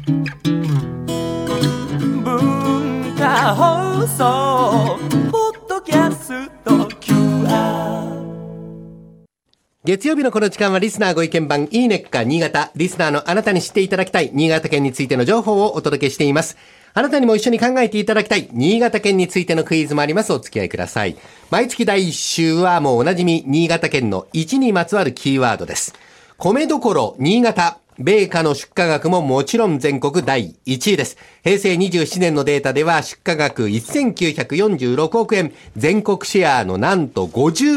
文化放送ポッドキャスト QR。 月曜日のこの時間はリスナーご意見番いいねっか新潟。リスナーのあなたに知っていただきたい新潟県についての情報をお届けしています。あなたにも一緒に考えていただきたい新潟県についてのクイズもあります。お付き合いください。毎月第1週はもうおなじみ新潟県の1にまつわるキーワードです。米どころ新潟。米価の出荷額ももちろん全国第1位です。平成27年のデータでは出荷額1946億円、全国シェアのなんと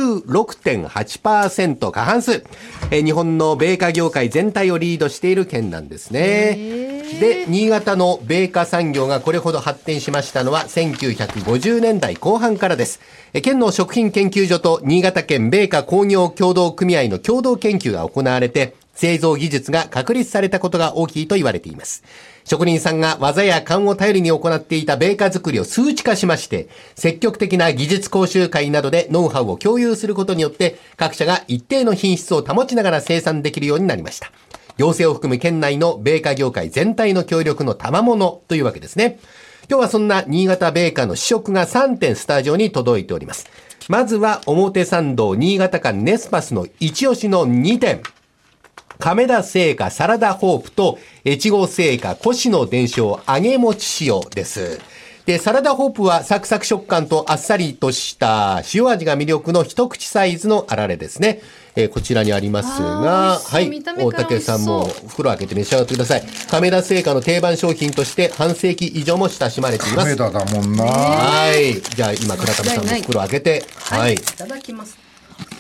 56.8% 過半数。日本の米価業界全体をリードしている県なんですね。で、新潟の米価産業がこれほど発展しましたのは1950年代後半からです。県の食品研究所と新潟県米価工業協同組合の共同研究が行われて、製造技術が確立されたことが大きいと言われています。職人さんが技や勘を頼りに行っていた米価作りを数値化しまして、積極的な技術講習会などでノウハウを共有することによって、各社が一定の品質を保ちながら生産できるようになりました。行政を含む県内の米価業界全体の協力の賜物というわけですね。今日はそんな新潟米価の試食が3点スタジオに届いております。まずは表参道新潟間ネスパスの一押しの2点。亀田製菓サラダホープと越後製菓越野伝承揚げ餅塩です。で、サラダホープはサクサク食感とあっさりとした塩味が魅力の一口サイズのあられですね。こちらにありますが、はい、大竹さんも袋開けて召し上がってください。亀田製菓の定番商品として半世紀以上も親しまれています。 亀田だもんな。 はい。じゃあ今倉上さんも袋開けて、 はい、いただきます。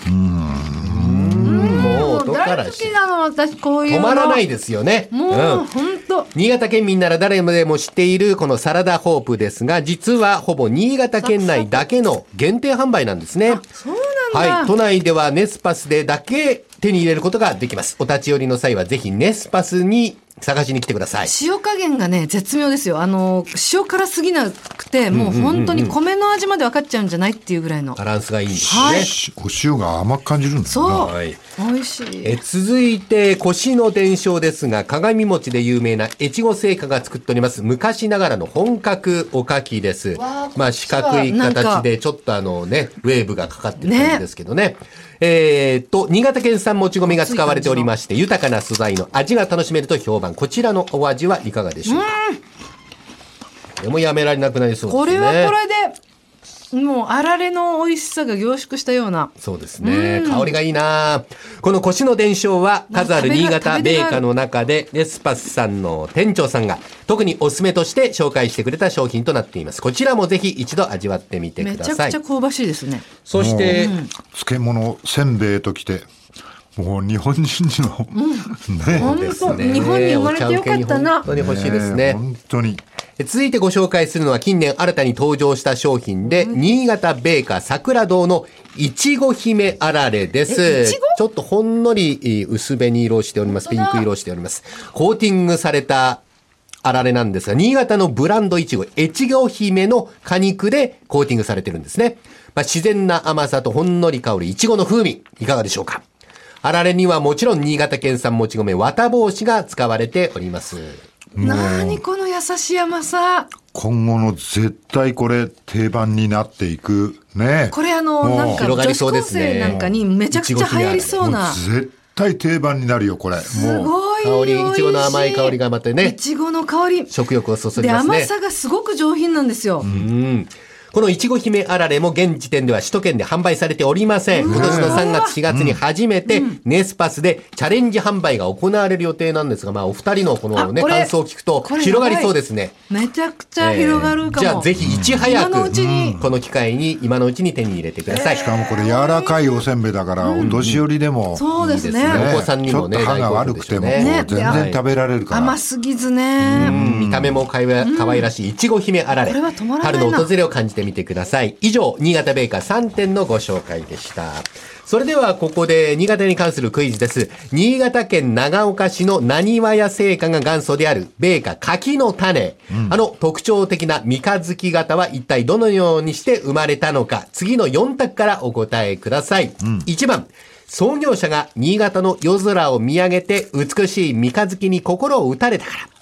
もう音から大好きなの私こういうの止まらないですよね。 もう本当、 新潟県民なら誰でも知っているこのサラダホープですが、実はほぼ新潟県内だけの限定販売なんですね。 そうなんだ。 はい、都内ではネスパスでだけ手に入れることができます。お立ち寄りの際はぜひネスパスに探しに来てください。 塩加減がね絶妙ですよ。塩辛すぎなくて、もう本当に米の味まで分かっちゃうんじゃないっていうぐらいのバランスがいいんですね。 はい、 お塩が甘く感じるんですね。 そう、 はい、 美味しい。 続いて越野伝承ですが、鏡餅で有名な越後製菓が作っております昔ながらの本格おかきです。まあ四角い形でちょっとウェーブがかかってる感じですけどね。新潟県産もち米が使われておりまして、豊かな素材の味が楽しめると評判。こちらのお味はいかがでしょうか。でもやめられなくなりそうですね。 これはこれでもうあられの美味しさが凝縮したような。 そうですね。香りがいいな。この越野伝承は数ある新潟米菓の中でネスパスさんの店長さんが特におすすめとして紹介してくれた商品となっています。こちらもぜひ一度味わってみてください。 めちゃくちゃ香ばしいですね。 そして、 漬物せんべいときてもう日本人の、ね、 本当、ね、日本に生まれてよかったな。 本当に欲しいですね。 本当に。 続いてご紹介するのは近年新たに登場した商品で、新潟米菓桜堂のいちご姫あられです。ちょっとほんのり薄紅色をしております。ピンク色をしております。コーティングされたあられなんですが、新潟のブランドいちご越後姫の果肉でコーティングされてるんですね。自然な甘さとほんのり香るいちごの風味、いかがでしょうか。あられにはもちろん新潟県産もち米綿帽子が使われております。 何この優しい甘さ。 今後の絶対これ定番になっていくね。 これなんか女子高生なんかにめちゃくちゃ流行りそうな。 絶対定番になるよこれ。 すごい香り、いちごの甘い香りがまたね。 いちごの香り。 食欲をそそりでますね。 甘さがすごく上品なんですよ。 このいちご姫あられも現時点では首都圏で販売されておりません。今年の3月4月に初めてネスパスでチャレンジ販売が行われる予定なんですが、お二人のこのね感想を聞くと広がりそうですね。 めちゃくちゃ広がるかも。 じゃあぜひいち早く今のうちにこの機会に今のうちに手に入れてください。 しかもこれ柔らかいおせんべいだからお年寄りでもそうですね。 お子さんにもねちょっと歯が悪くても全然食べられるから。 甘すぎずね。 見た目も可愛らしいいちご姫あられ。 これは止まらないな。 春の訪れを感じてみてください。以上、新潟米菓3点のご紹介でした。それではここで新潟に関するクイズです。新潟県長岡市のなにわ屋製菓が元祖である米菓柿の種、特徴的な三日月型は一体どのようにして生まれたのか、次の4択からお答えください。1番、創業者が新潟の夜空を見上げて美しい三日月に心を打たれたから。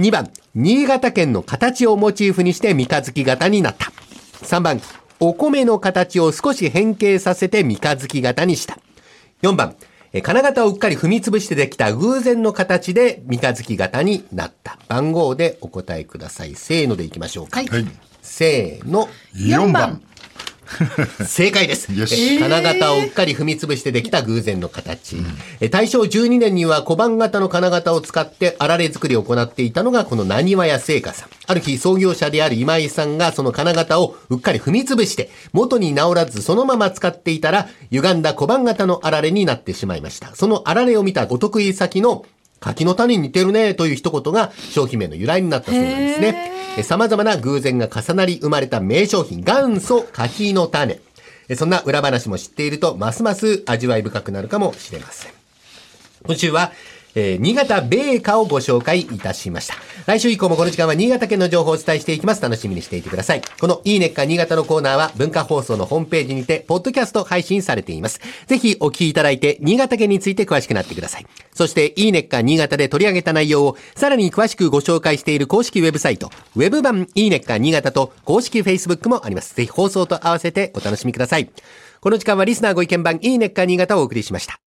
2番、新潟県の形をモチーフにして三日月型になった。3番、お米の形を少し変形させて三日月型にした。4番、金型をうっかり踏みつぶしてできた偶然の形で三日月型になった。番号でお答えください。せーのでいきましょうか。 はい。 せーの。 4番。 正解です。 よし金型をうっかり踏みつぶしてできた偶然の形。大正12年には小判型の金型を使ってあられ作りを行っていたのがこのなにわや製菓さん。ある日創業者である今井さんがその金型をうっかり踏みつぶして元に直らずそのまま使っていたら歪んだ小判型のあられになってしまいました。そのあられを見たお得意先の柿の種に似てるねという一言が商品名の由来になったそうなんですね。様々な偶然が重なり生まれた名商品、元祖柿の種。そんな裏話も知っているとますます味わい深くなるかもしれません。今週は新潟米菓をご紹介いたしました。来週以降もこの時間は新潟県の情報をお伝えしていきます。楽しみにしていてください。このいいねっか新潟のコーナーは文化放送のホームページにてポッドキャスト配信されています。ぜひお聞きいただいて新潟県について詳しくなってください。そしていいねっか新潟で取り上げた内容をさらに詳しくご紹介している公式ウェブサイト、ウェブ版いいねっか新潟と公式 Facebook もあります。ぜひ放送と合わせてお楽しみください。この時間はリスナーご意見番いいねっか新潟をお送りしました。